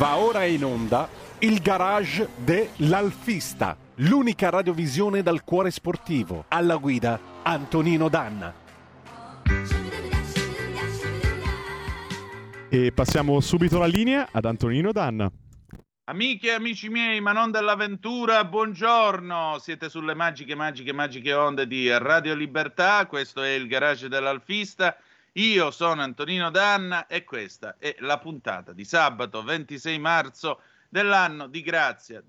Va ora in onda il garage dell'Alfista, l'unica radiovisione dal cuore sportivo. Alla guida Antonino Danna. E passiamo subito la linea ad Antonino Danna. Amiche e amici miei, ma non dell'avventura, buongiorno! Siete sulle magiche onde di Radio Libertà, questo è il garage dell'Alfista. Io sono Antonino Danna e questa è la puntata di sabato 26 marzo dell'anno di grazia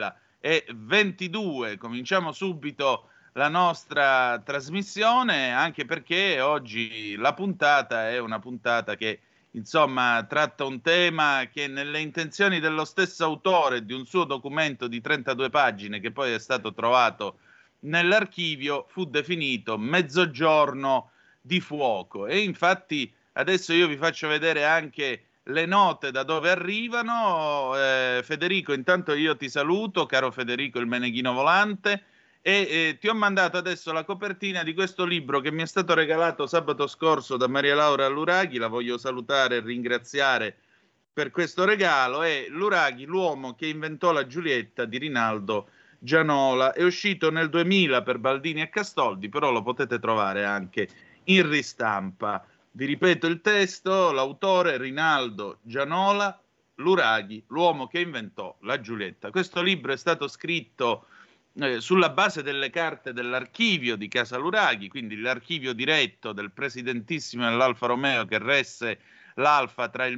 2022. Cominciamo subito la nostra trasmissione, anche perché oggi la puntata è una puntata che insomma tratta un tema che nelle intenzioni dello stesso autore di un suo documento di 32 pagine che poi è stato trovato nell'archivio fu definito Mezzogiorno di fuoco. E infatti adesso io vi faccio vedere anche le note da dove arrivano. Federico, intanto io ti saluto, caro Federico il Meneghino Volante, e ti ho mandato adesso la copertina di questo libro che mi è stato regalato sabato scorso da Maria Laura Luraghi. La voglio salutare e ringraziare per questo regalo. È Luraghi, l'uomo che inventò la Giulietta di Rinaldo Gianola. È uscito nel 2000 per Baldini e Castoldi, però lo potete trovare anche in ristampa. Vi ripeto il testo: l'autore Rinaldo Gianola, Luraghi, l'uomo che inventò la Giulietta. Questo libro è stato scritto sulla base delle carte dell'archivio di Casa Luraghi, quindi l'archivio diretto del presidentissimo dell'Alfa Romeo che resse l'Alfa tra il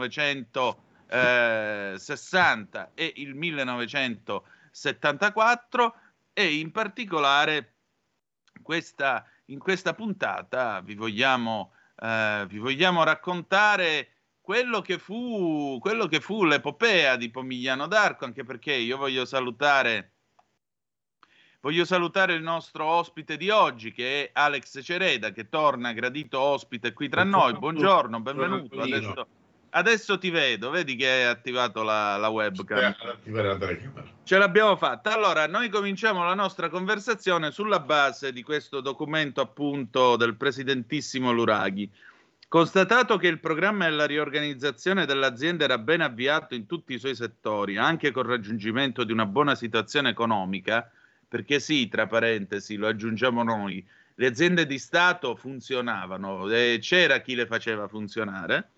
1960 e il 1974, e in particolare in questa puntata vi vogliamo raccontare quello che fu l'epopea di Pomigliano d'Arco, anche perché io voglio salutare il nostro ospite di oggi, che è Alex Cereda, che torna gradito ospite qui tra noi. Buongiorno, benvenuto. Adesso ti vedo, vedi che hai attivato la webcam. Ce l'abbiamo fatta. Allora, noi cominciamo la nostra conversazione sulla base di questo documento, appunto, del presidentissimo Luraghi. Constatato che il programma della riorganizzazione dell'azienda era ben avviato in tutti i suoi settori, anche col raggiungimento di una buona situazione economica, perché sì, tra parentesi, lo aggiungiamo noi, le aziende di Stato funzionavano, c'era chi le faceva funzionare.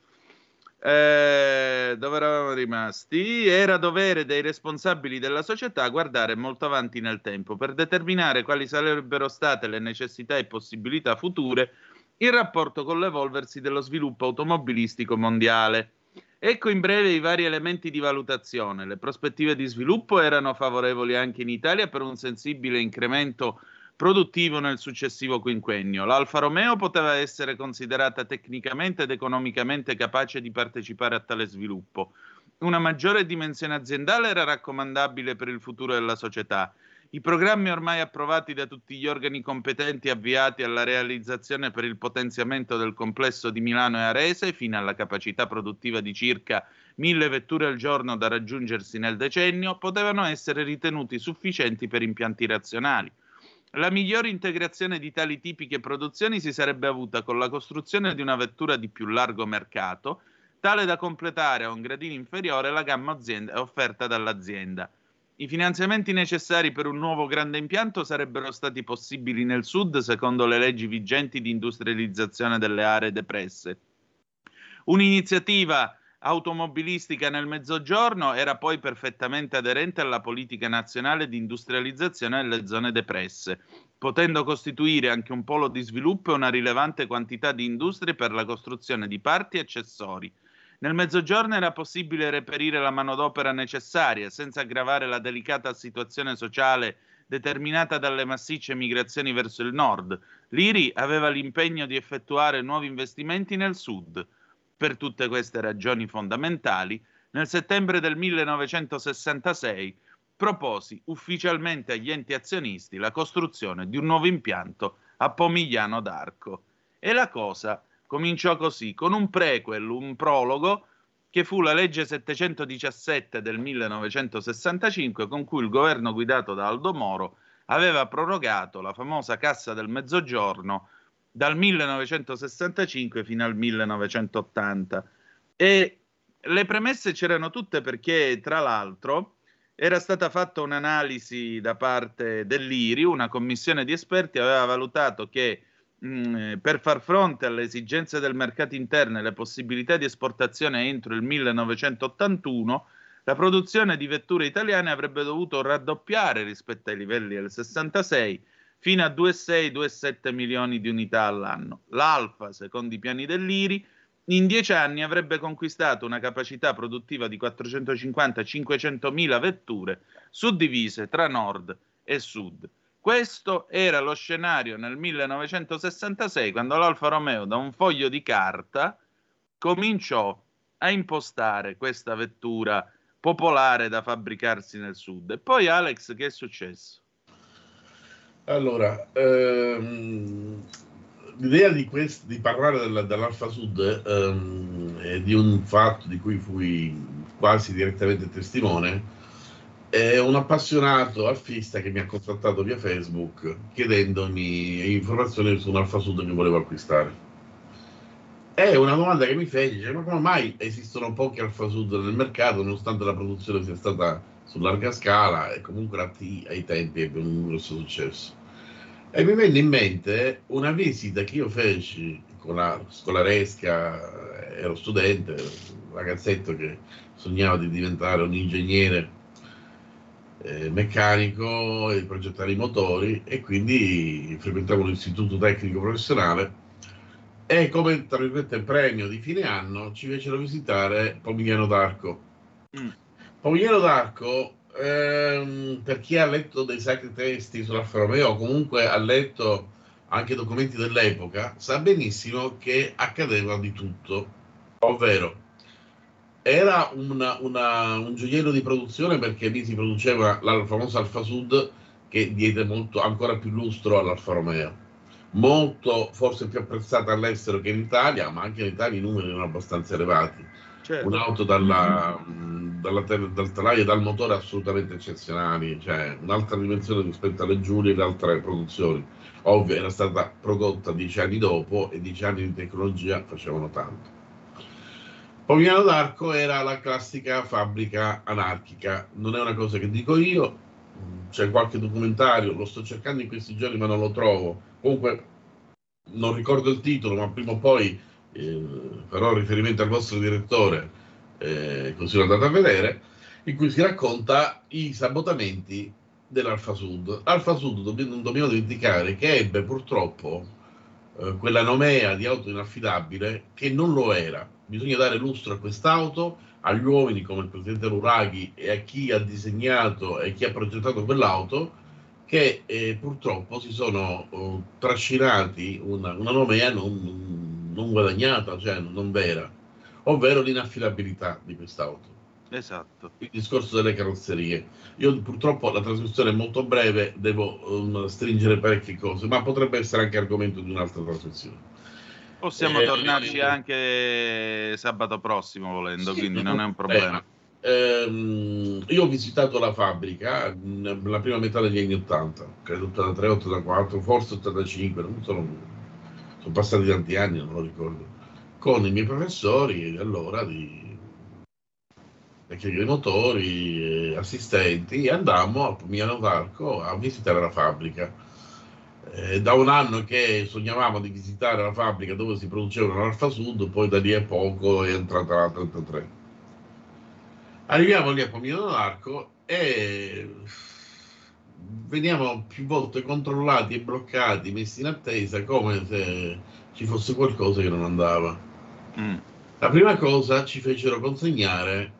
Dove eravamo rimasti? Era dovere dei responsabili della società guardare molto avanti nel tempo per determinare quali sarebbero state le necessità e possibilità future in rapporto con l'evolversi dello sviluppo automobilistico mondiale. Ecco in breve i vari elementi di valutazione. Le prospettive di sviluppo erano favorevoli anche in Italia per un sensibile incremento produttivo nel successivo quinquennio. L'Alfa Romeo poteva essere considerata tecnicamente ed economicamente capace di partecipare a tale sviluppo. Una maggiore dimensione aziendale era raccomandabile per il futuro della società. I programmi ormai approvati da tutti gli organi competenti avviati alla realizzazione per il potenziamento del complesso di Milano e Arese fino alla capacità produttiva di circa 1000 vetture al giorno da raggiungersi nel decennio potevano essere ritenuti sufficienti per impianti razionali. La migliore integrazione di tali tipiche produzioni si sarebbe avuta con la costruzione di una vettura di più largo mercato, tale da completare a un gradino inferiore la gamma offerta dall'azienda. I finanziamenti necessari per un nuovo grande impianto sarebbero stati possibili nel sud secondo le leggi vigenti di industrializzazione delle aree depresse. Un'iniziativa automobilistica nel Mezzogiorno era poi perfettamente aderente alla politica nazionale di industrializzazione delle zone depresse, potendo costituire anche un polo di sviluppo e una rilevante quantità di industrie per la costruzione di parti e accessori. Nel Mezzogiorno era possibile reperire la manodopera necessaria, senza aggravare la delicata situazione sociale determinata dalle massicce migrazioni verso il nord. L'IRI aveva l'impegno di effettuare nuovi investimenti nel sud. Per tutte queste ragioni fondamentali, nel settembre del 1966 proposi ufficialmente agli enti azionisti la costruzione di un nuovo impianto a Pomigliano d'Arco. E la cosa cominciò così, con un prequel, un prologo, che fu la legge 717 del 1965, con cui il governo guidato da Aldo Moro aveva prorogato la famosa Cassa del Mezzogiorno dal 1965 fino al 1980. E le premesse c'erano tutte perché, tra l'altro, era stata fatta un'analisi da parte dell'IRI, una commissione di esperti aveva valutato che per far fronte alle esigenze del mercato interno e le possibilità di esportazione entro il 1981, la produzione di vetture italiane avrebbe dovuto raddoppiare rispetto ai livelli del 66 fino a 2,6-2,7 milioni di unità all'anno. L'Alfa, secondo i piani dell'IRI, in 10 anni avrebbe conquistato una capacità produttiva di 450-500 mila vetture suddivise tra nord e sud. Questo era lo scenario nel 1966, quando l'Alfa Romeo, da un foglio di carta, cominciò a impostare questa vettura popolare da fabbricarsi nel sud. E poi, Alex, che è successo? Allora, l'idea di parlare dell'Alfa Sud e di un fatto di cui fui quasi direttamente testimone è un appassionato alfista che mi ha contattato via Facebook chiedendomi informazioni su un Alfa Sud che volevo acquistare. È una domanda che mi fece, dice, ma come mai esistono pochi Alfa Sud nel mercato nonostante la produzione sia stata su larga scala e comunque ai tempi ebbe un grosso successo? E mi venne in mente una visita che io feci con la scolaresca, ero studente, ragazzetto che sognava di diventare un ingegnere meccanico e progettare i motori, e quindi frequentavo un istituto tecnico professionale e come tra virgolette premio di fine anno ci fecero visitare Pomigliano d'Arco. Pomigliano d'Arco, per chi ha letto dei sacri testi sull'Alfa Romeo o comunque ha letto anche documenti dell'epoca, sa benissimo che accadeva di tutto, ovvero era un gioiello di produzione perché lì si produceva la famosa Alfa Sud che diede molto, ancora più lustro all'Alfa Romeo, molto forse più apprezzata all'estero che in Italia, ma anche in Italia i numeri erano abbastanza elevati. Certo. Un'auto dal telaio e dal motore assolutamente eccezionali, cioè un'altra dimensione rispetto alle Giulie e le altre produzioni. Ovvio, era stata prodotta 10 anni dopo e 10 anni di tecnologia facevano tanto. Pomigliano d'Arco era la classica fabbrica anarchica, non è una cosa che dico io, c'è qualche documentario, lo sto cercando in questi giorni ma non lo trovo, comunque non ricordo il titolo, ma prima o poi farò riferimento al vostro direttore, così lo andate a vedere, in cui si racconta i sabotamenti dell'Alfa Sud. Alfa Sud, non dobbiamo dimenticare che ebbe purtroppo quella nomea di auto inaffidabile che non lo era. Bisogna dare lustro a quest'auto, agli uomini come il presidente Luraghi e a chi ha disegnato e chi ha progettato quell'auto, che purtroppo si sono trascinati una nomea non guadagnata, cioè non vera, ovvero l'inaffidabilità di quest'auto. Esatto. Il discorso delle carrozzerie. Io purtroppo la trasmissione è molto breve, devo stringere parecchie cose, ma potrebbe essere anche argomento di un'altra trasmissione. Possiamo tornarci anche sabato prossimo volendo, sì, quindi non è un problema. Io ho visitato la fabbrica nella prima metà degli anni 80, credo 83, 84, forse 85, non sono passati tanti anni, non lo ricordo, con i miei professori allora di tecnica dei motori, assistenti, e andammo a Pomigliano d'Arco a visitare la fabbrica. Da un anno che sognavamo di visitare la fabbrica dove si produceva l'Alfa Sud, poi da lì a poco è entrata la 33. Arriviamo lì a Pomigliano d'Arco e veniamo più volte controllati e bloccati, messi in attesa, come se ci fosse qualcosa che non andava. La prima cosa ci fecero consegnare,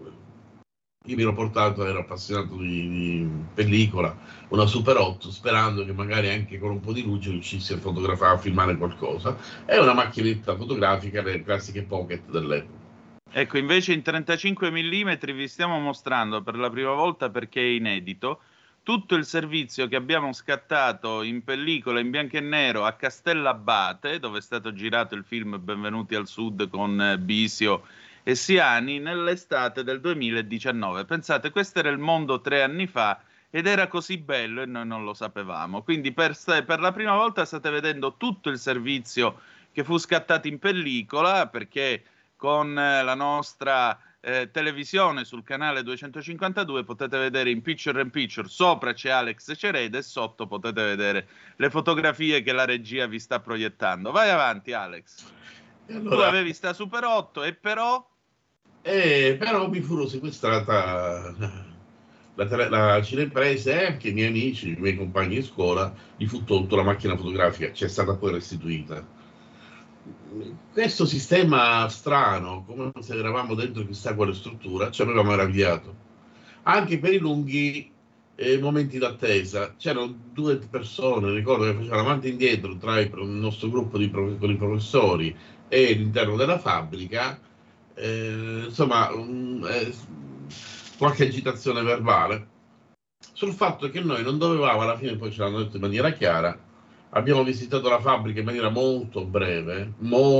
io mi ero portato, ero appassionato di pellicola, una Super 8, sperando che magari anche con un po' di luce riuscissi a fotografare, a filmare qualcosa, e una macchinetta fotografica, le classiche Pocket dell'epoca. Ecco, invece in 35 mm vi stiamo mostrando per la prima volta, perché è inedito, tutto il servizio che abbiamo scattato in pellicola in bianco e nero a Castellabate, dove è stato girato il film Benvenuti al Sud con Bisio e Siani, nell'estate del 2019. Pensate, questo era il mondo 3 anni fa ed era così bello e noi non lo sapevamo. Quindi per la prima volta state vedendo tutto il servizio che fu scattato in pellicola, perché con la nostra televisione sul canale 252 potete vedere in picture in picture, sopra c'è Alex Cereda e sotto potete vedere le fotografie che la regia vi sta proiettando. Vai avanti, Alex. Allora, tu avevi sta Super 8 e però mi furono sequestrata la cinepresa e anche i miei amici, i miei compagni di scuola, gli fu tolta la macchina fotografica, ci è stata poi restituita. Questo sistema strano, come se eravamo dentro chissà quale struttura, ci aveva meravigliato. Anche per i lunghi momenti d'attesa. C'erano 2 persone, ricordo, che facevano avanti e indietro tra il nostro gruppo con i professori e all'interno della fabbrica, insomma, qualche agitazione verbale sul fatto che noi non dovevamo, alla fine poi ce l'hanno detto in maniera chiara, abbiamo visitato la fabbrica in maniera molto breve,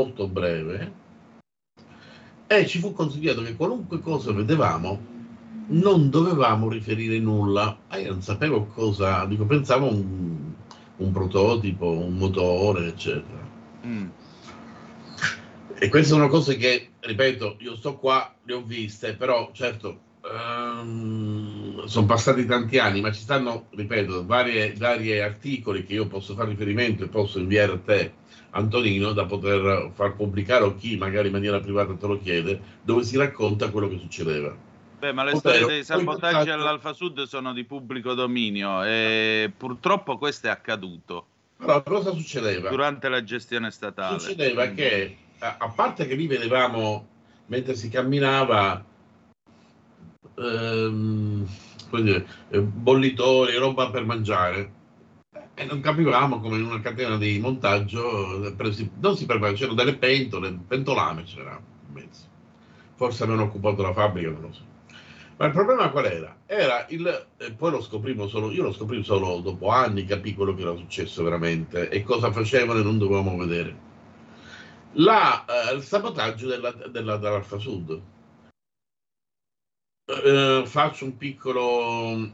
e ci fu consigliato che qualunque cosa vedevamo non dovevamo riferire nulla. Io non sapevo cosa, dico, pensavo un prototipo, un motore, eccetera. E queste sono cose che, ripeto, io sto qua, le ho viste, però certo sono passati tanti anni, ma ci stanno, ripeto, vari articoli che io posso fare riferimento e posso inviare a te, Antonino, da poter far pubblicare, o chi magari in maniera privata te lo chiede, dove si racconta quello che succedeva. Beh, ma le storie dei sabotaggi all'Alfa Sud sono di pubblico dominio e purtroppo questo è accaduto. Allora, cosa succedeva? Durante la gestione statale. Succedeva che, a parte che lì vedevamo, mentre si camminava, bollitori, roba per mangiare, e non capivamo come in una catena di montaggio non si preparava, c'erano delle pentolame c'era in mezzo. Forse avevano occupato la fabbrica, non lo so. Ma il problema qual era? Poi lo scoprimo io lo scoprì solo dopo anni, capì quello che era successo veramente e cosa facevano e non dovevamo vedere. Il sabotaggio dell'Alfa Sud. Faccio un piccolo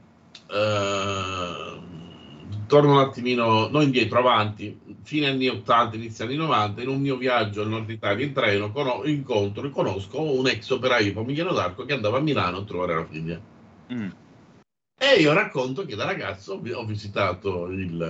torno un attimino, non indietro, avanti, fine anni 80, inizio anni 90, in un mio viaggio al nord Italia in treno conosco un ex operaio di Pomigliano d'Arco che andava a Milano a trovare la figlia. E io racconto che da ragazzo ho visitato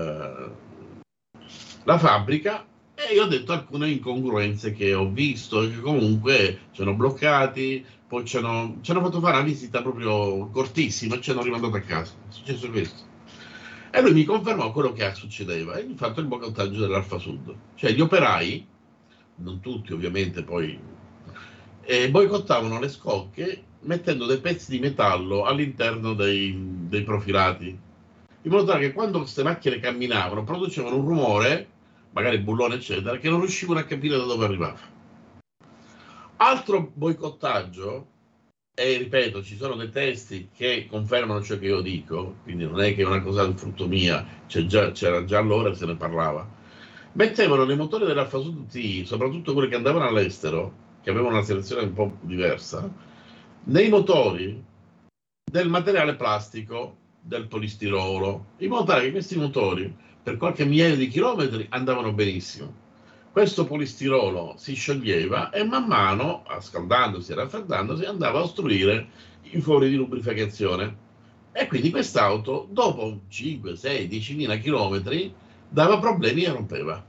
la fabbrica e io ho detto alcune incongruenze che ho visto e che comunque ci hanno bloccati, poi ci hanno fatto fare una visita proprio cortissima e ci hanno rimandato a casa. È successo questo. E lui mi confermò quello che succedeva e infatti il boicottaggio dell'Alfa Sud. Cioè gli operai, non tutti ovviamente poi, boicottavano le scocche mettendo dei pezzi di metallo all'interno dei profilati, in modo tale che quando queste macchine camminavano producevano un rumore, magari bullone eccetera, che non riuscivano a capire da dove arrivava. Altro boicottaggio, e ripeto, ci sono dei testi che confermano ciò che io dico, quindi non è che è una cosa del frutto mia, c'era già allora, se ne parlava. Mettevano nei motori dell'Alfa Sud T, soprattutto quelli che andavano all'estero, che avevano una selezione un po' diversa, nei motori del materiale plastico, del polistirolo, in modo tale che questi motori per qualche migliaio di chilometri andavano benissimo. Questo polistirolo si scioglieva e man mano, scaldandosi e raffreddandosi, andava a ostruire i fori di lubrificazione. E quindi quest'auto, dopo 5, 6, 10.000 chilometri, dava problemi e rompeva.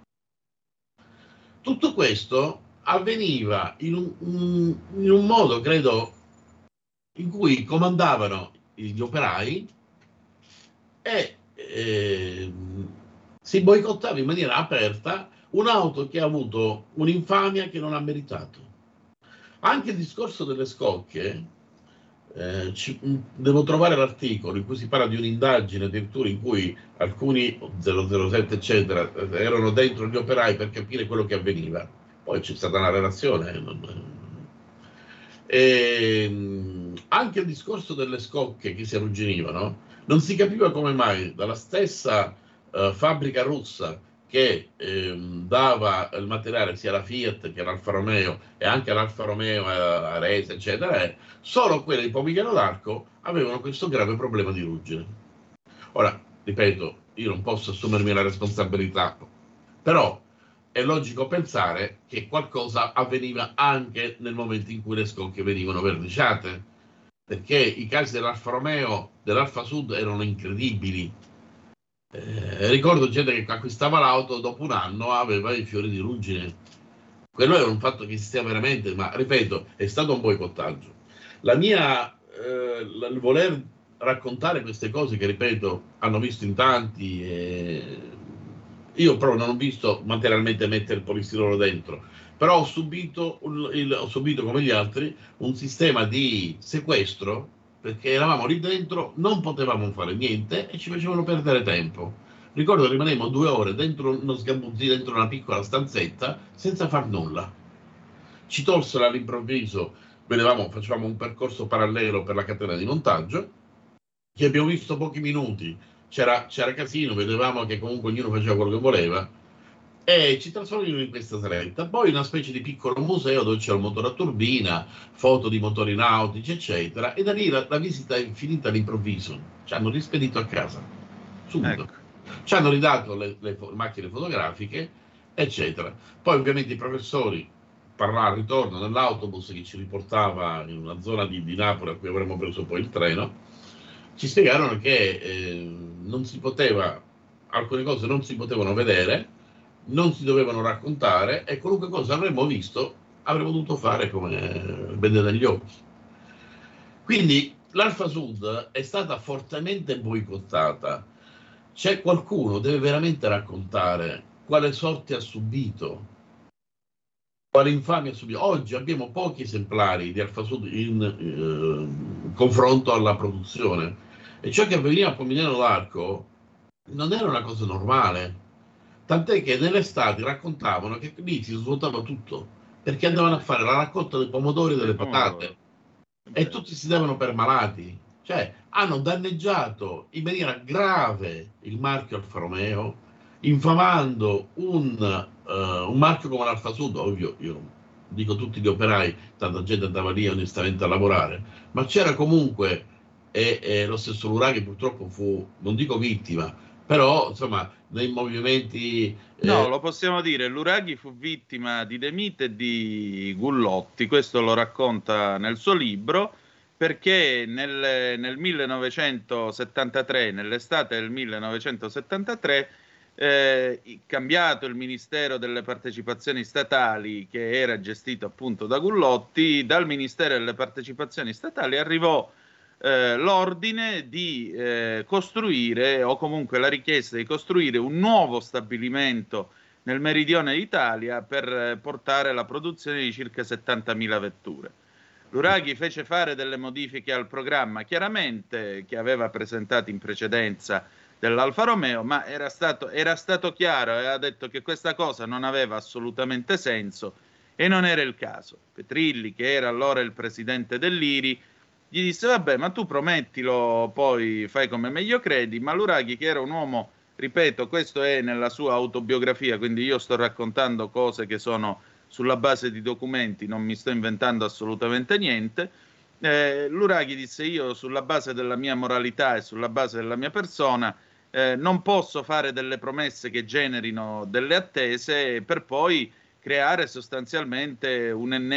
Tutto questo avveniva in un modo, credo, in cui comandavano gli operai e si boicottava in maniera aperta un'auto che ha avuto un'infamia che non ha meritato. Anche il discorso delle scocche, devo trovare l'articolo in cui si parla di un'indagine addirittura in cui alcuni 007 eccetera erano dentro gli operai per capire quello che avveniva. Poi c'è stata una relazione. Anche il discorso delle scocche che si arrugginivano, non si capiva come mai dalla stessa fabbrica russa che dava il materiale sia alla Fiat che all'Alfa Romeo e anche all'Alfa Romeo, a Resa, eccetera, solo quelle di Pomigliano d'Arco avevano questo grave problema di ruggine. Ora, ripeto, io non posso assumermi la responsabilità, però è logico pensare che qualcosa avveniva anche nel momento in cui le scocche venivano verniciate, perché i casi dell'Alfa Romeo, dell'Alfa Sud erano incredibili. Ricordo gente che acquistava l'auto, dopo un anno aveva i fiori di ruggine. Quello era un fatto che esisteva veramente, ma ripeto, è stato un boicottaggio. Il voler raccontare queste cose che, ripeto, hanno visto in tanti, io però non ho visto materialmente mettere il polistirolo dentro, però ho subito come gli altri un sistema di sequestro, perché eravamo lì dentro, non potevamo fare niente e ci facevano perdere tempo. Ricordo che rimanemmo 2 ore dentro uno sgabuzzino, dentro una piccola stanzetta, senza far nulla. Ci tolsero all'improvviso, facevamo un percorso parallelo per la catena di montaggio, che abbiamo visto pochi minuti, c'era casino, vedevamo che comunque ognuno faceva quello che voleva, e ci trasformiamo in questa saletta. Poi una specie di piccolo museo dove c'era un motore a turbina, foto di motori nautici, eccetera, e da lì la visita è finita all'improvviso. Ci hanno rispedito a casa, subito. Ecco. Ci hanno ridato le macchine fotografiche, eccetera. Poi ovviamente i professori, al ritorno nell'autobus che ci riportava in una zona di Napoli a cui avremmo preso poi il treno, ci spiegarono che non si poteva, alcune cose non si potevano vedere, non si dovevano raccontare, e qualunque cosa avremmo visto avremmo dovuto fare come vede negli occhi. Quindi l'Alfa Sud è stata fortemente boicottata. C'è qualcuno deve veramente raccontare quale sorte ha subito, quale infamia ha subito. Oggi abbiamo pochi esemplari di Alfa Sud in confronto alla produzione, e ciò che avveniva a Pomigliano d'Arco non era una cosa normale, tant'è che nelle estati raccontavano che lì si svuotava tutto, perché andavano a fare la raccolta dei pomodori e delle patate, e tutti si davano per malati. Cioè, hanno danneggiato in maniera grave il marchio Alfa Romeo, infamando un marchio come l'Alfa Sud. Ovvio, io non dico tutti gli operai, tanta gente andava lì onestamente a lavorare, ma c'era comunque, e lo stesso Luraghi purtroppo fu, non dico vittima, però insomma nei movimenti... No, lo possiamo dire, Luraghi fu vittima di De Mita e di Gullotti, questo lo racconta nel suo libro, perché nel 1973, nell'estate del 1973, cambiato il Ministero delle Partecipazioni Statali, che era gestito appunto da Gullotti, dal Ministero delle Partecipazioni Statali arrivò l'ordine di costruire, o comunque la richiesta di costruire un nuovo stabilimento nel meridione d'Italia per portare la produzione di circa 70.000 vetture. Luraghi fece fare delle modifiche al programma, chiaramente, che aveva presentato in precedenza dell'Alfa Romeo, ma era stato chiaro e ha detto che questa cosa non aveva assolutamente senso e non era il caso. Petrilli, che era allora il presidente dell'IRI, gli disse: vabbè, ma tu promettilo, poi fai come meglio credi. Ma Luraghi, che era un uomo, ripeto, questo è nella sua autobiografia, quindi io sto raccontando cose che sono sulla base di documenti, non mi sto inventando assolutamente niente. Luraghi disse: io sulla base della mia moralità e sulla base della mia persona non posso fare delle promesse che generino delle attese per poi creare sostanzialmente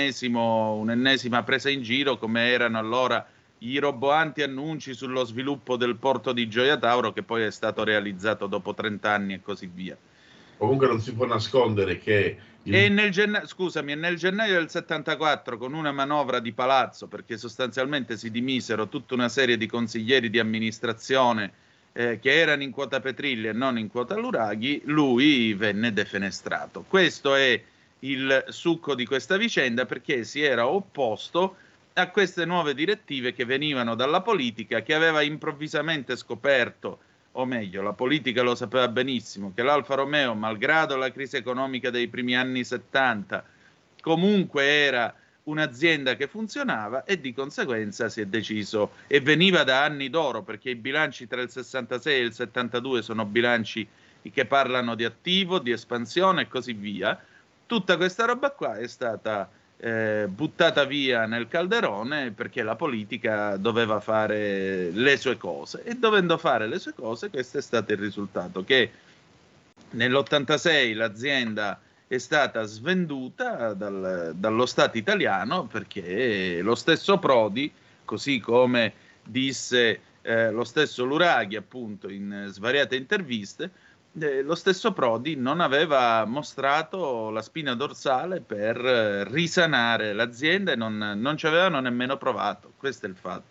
un'ennesima presa in giro, come erano allora i roboanti annunci sullo sviluppo del porto di Gioia Tauro, che poi è stato realizzato dopo 30 anni e così via. Comunque non si può nascondere che... E nel gennaio del 74, con una manovra di palazzo, perché sostanzialmente si dimisero tutta una serie di consiglieri di amministrazione che erano in quota Petrilli e non in quota Luraghi, lui venne defenestrato. Questo è il succo di questa vicenda, perché si era opposto a queste nuove direttive che venivano dalla politica, che aveva improvvisamente scoperto, o meglio, la politica lo sapeva benissimo, che l'Alfa Romeo, malgrado la crisi economica dei primi anni 70, comunque era un'azienda che funzionava, e di conseguenza si è deciso, e veniva da anni d'oro, perché i bilanci tra il 66 e il 72 sono bilanci che parlano di attivo, di espansione e così via. Tutta questa roba qua è stata buttata via nel calderone, perché la politica doveva fare le sue cose, e dovendo fare le sue cose, questo è stato il risultato, che nell'86 l'azienda è stata svenduta dallo Stato italiano, perché lo stesso Prodi, così come disse lo stesso Luraghi appunto in svariate interviste, lo stesso Prodi non aveva mostrato la spina dorsale per risanare l'azienda e non ci avevano nemmeno provato. Questo è il fatto.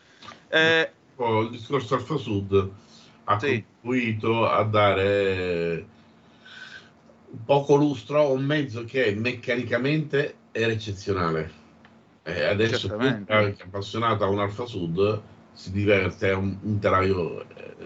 Il discorso Alfa Sud ha contribuito a dare un poco lustro a un mezzo che meccanicamente era eccezionale. Adesso chi è appassionato a un Alfa Sud si diverte a un telaio,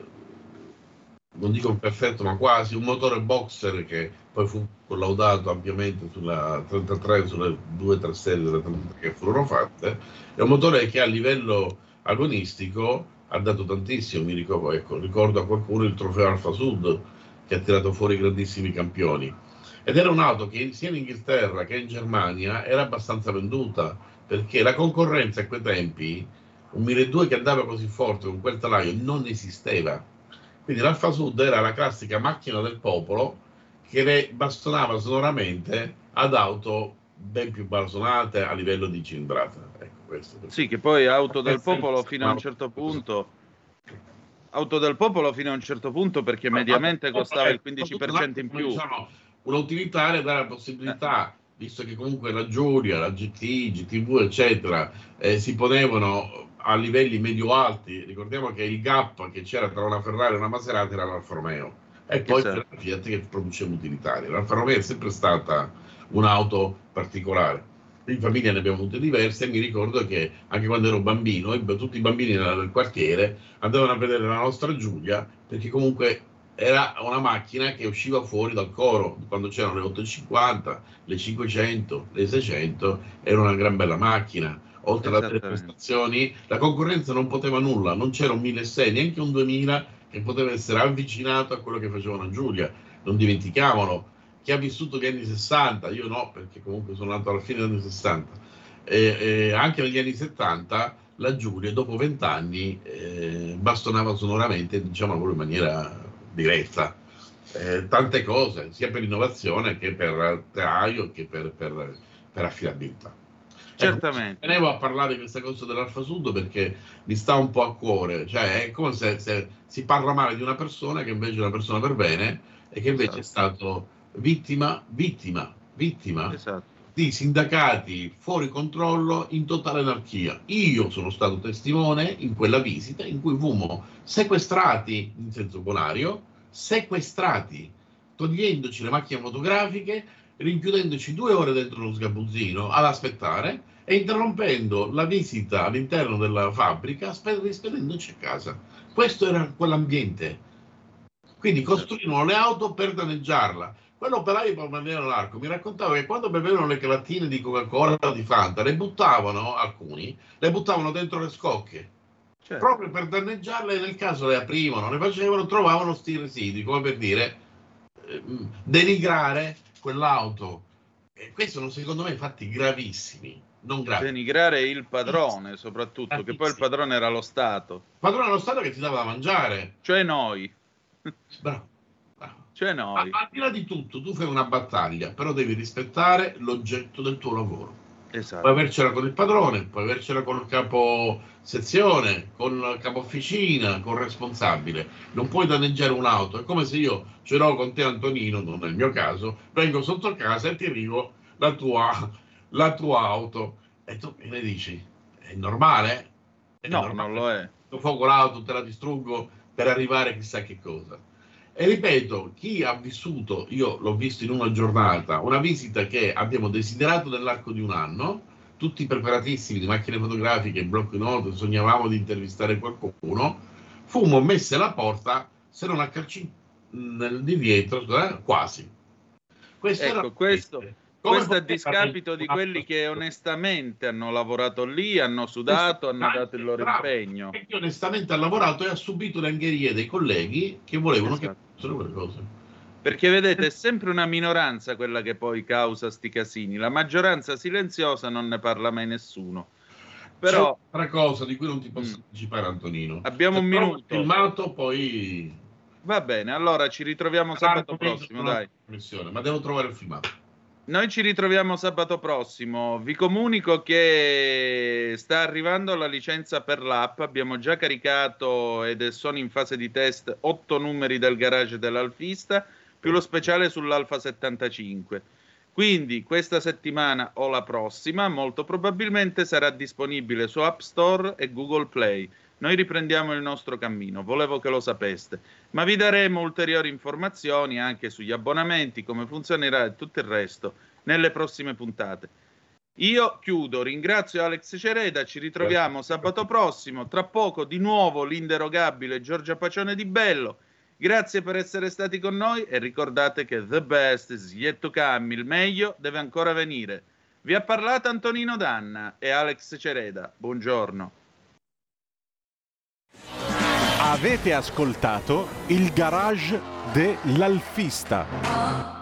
non dico un perfetto, ma quasi, un motore boxer che poi fu collaudato ampiamente sulla 33, sulle 2-3 serie delle 33 che furono fatte. È un motore che a livello agonistico ha dato tantissimo. Mi ricordo a qualcuno il trofeo Alfa Sud, che ha tirato fuori grandissimi campioni, ed era un'auto che sia in Inghilterra che in Germania era abbastanza venduta, perché la concorrenza a quei tempi, un 1200 che andava così forte con quel telaio non esisteva. Quindi l'Alfa Sud era la classica macchina del popolo che le bastonava sonoramente ad auto ben più blasonate a livello di cilindrata. Ecco, questo. Sì, che poi auto del popolo fino a un certo punto. Auto del popolo fino a un certo punto, perché mediamente costava il 15% in più. Diciamo, un'utilitaria dà la possibilità, visto che comunque la Giulia, la GT, GTV, eccetera, si ponevano a livelli medio-alti. Ricordiamo che il gap che c'era tra una Ferrari e una Maserati era l'Alfa Romeo, e poi c'era la Fiat che produceva utilitarie. L'Alfa Romeo è sempre stata un'auto particolare. In famiglia ne abbiamo avute diverse, e mi ricordo che anche quando ero bambino, tutti i bambini del quartiere andavano a vedere la nostra Giulia, perché comunque era una macchina che usciva fuori dal coro. Quando c'erano le 850, le 500, le 600, era una gran bella macchina. Oltre alle prestazioni, la concorrenza non poteva nulla, non c'era un 1600, neanche un 2000 che poteva essere avvicinato a quello che faceva una Giulia. Non dimentichiamolo. Chi ha vissuto gli anni 60, io no, perché comunque sono nato alla fine degli anni 60, anche negli anni 70, la Giulia dopo 20 anni bastonava sonoramente, diciamo in maniera diretta, tante cose, sia per innovazione che per telaio che per affidabilità. Certamente. Tenevo a parlare di questa cosa dell'Alfa Sud perché mi sta un po' a cuore, cioè è come se si parla male di una persona che invece è una persona per bene, e che invece è stato vittima di sindacati fuori controllo, in totale anarchia. Io sono stato testimone in quella visita in cui fummo sequestrati, in senso bonario, togliendoci le macchine fotografiche, rinchiudendoci 2 ore dentro lo sgabuzzino ad aspettare e interrompendo la visita all'interno della fabbrica, rispedendoci a casa. Questo era quell'ambiente. Quindi costruivano le auto per danneggiarla. Quell'operaio per mantenere l'arco mi raccontava che quando bevevano le latine di Coca-Cola o di Fanta, alcuni le buttavano dentro le scocche, proprio per danneggiarle, e nel caso le aprivano, le facevano, trovavano sti residui, come per dire denigrare quell'auto. E questo sono secondo me fatti gravissimi, non gravi. Denigrare il padrone, soprattutto, che poi il padrone era lo Stato. Il padrone era lo Stato che ti dava da mangiare. Cioè noi. Bravo. Cioè noi. Al di là di tutto, tu fai una battaglia, però devi rispettare l'oggetto del tuo lavoro. Esatto. Puoi avercela con il padrone, puoi avercela con il capo sezione, con il capo officina, con il responsabile. Non puoi danneggiare un'auto. È come se io ce l'ho con te, Antonino, non è il mio caso, vengo sotto casa e ti arrivo la tua auto. E tu mi dici, è normale? Non lo è. Io fuoco l'auto, te la distruggo per arrivare chissà che cosa. E ripeto, chi ha vissuto, io l'ho visto in una giornata, una visita che abbiamo desiderato nell'arco di un anno, tutti preparatissimi di macchine fotografiche, blocco in ordine, sognavamo di intervistare qualcuno, fummo messe alla porta, se non a calci di dietro, quasi. Questo a discapito di quelli che onestamente hanno lavorato lì, hanno sudato, hanno dato il loro impegno. E chi onestamente ha lavorato e ha subito le angherie dei colleghi che volevano che fossero quelle cose. Perché vedete, è sempre una minoranza quella che poi causa sti casini. La maggioranza silenziosa non ne parla mai nessuno. Però c'è un'altra cosa di cui non ti posso anticipare, Antonino. Abbiamo un minuto. Filmato, poi... Va bene, allora ci ritroviamo sabato prossimo, dai. Ma devo trovare il filmato. Noi ci ritroviamo sabato prossimo. Vi comunico che sta arrivando la licenza per l'app. Abbiamo già caricato ed sono in fase di test 8 numeri del garage dell'Alfista, più lo speciale sull'Alfa 75. Quindi questa settimana o la prossima, molto probabilmente sarà disponibile su App Store e Google Play. Noi riprendiamo il nostro cammino, volevo che lo sapeste, ma vi daremo ulteriori informazioni anche sugli abbonamenti, come funzionerà e tutto il resto nelle prossime puntate. Io chiudo, ringrazio Alex Cereda, ci ritroviamo sabato prossimo, tra poco di nuovo l'inderogabile Giorgia Pacione di Bello. Grazie per essere stati con noi e ricordate che the best is yet to come, il meglio deve ancora venire. Vi ha parlato Antonino Danna e Alex Cereda. Buongiorno. Avete ascoltato il garage dell'Alfista.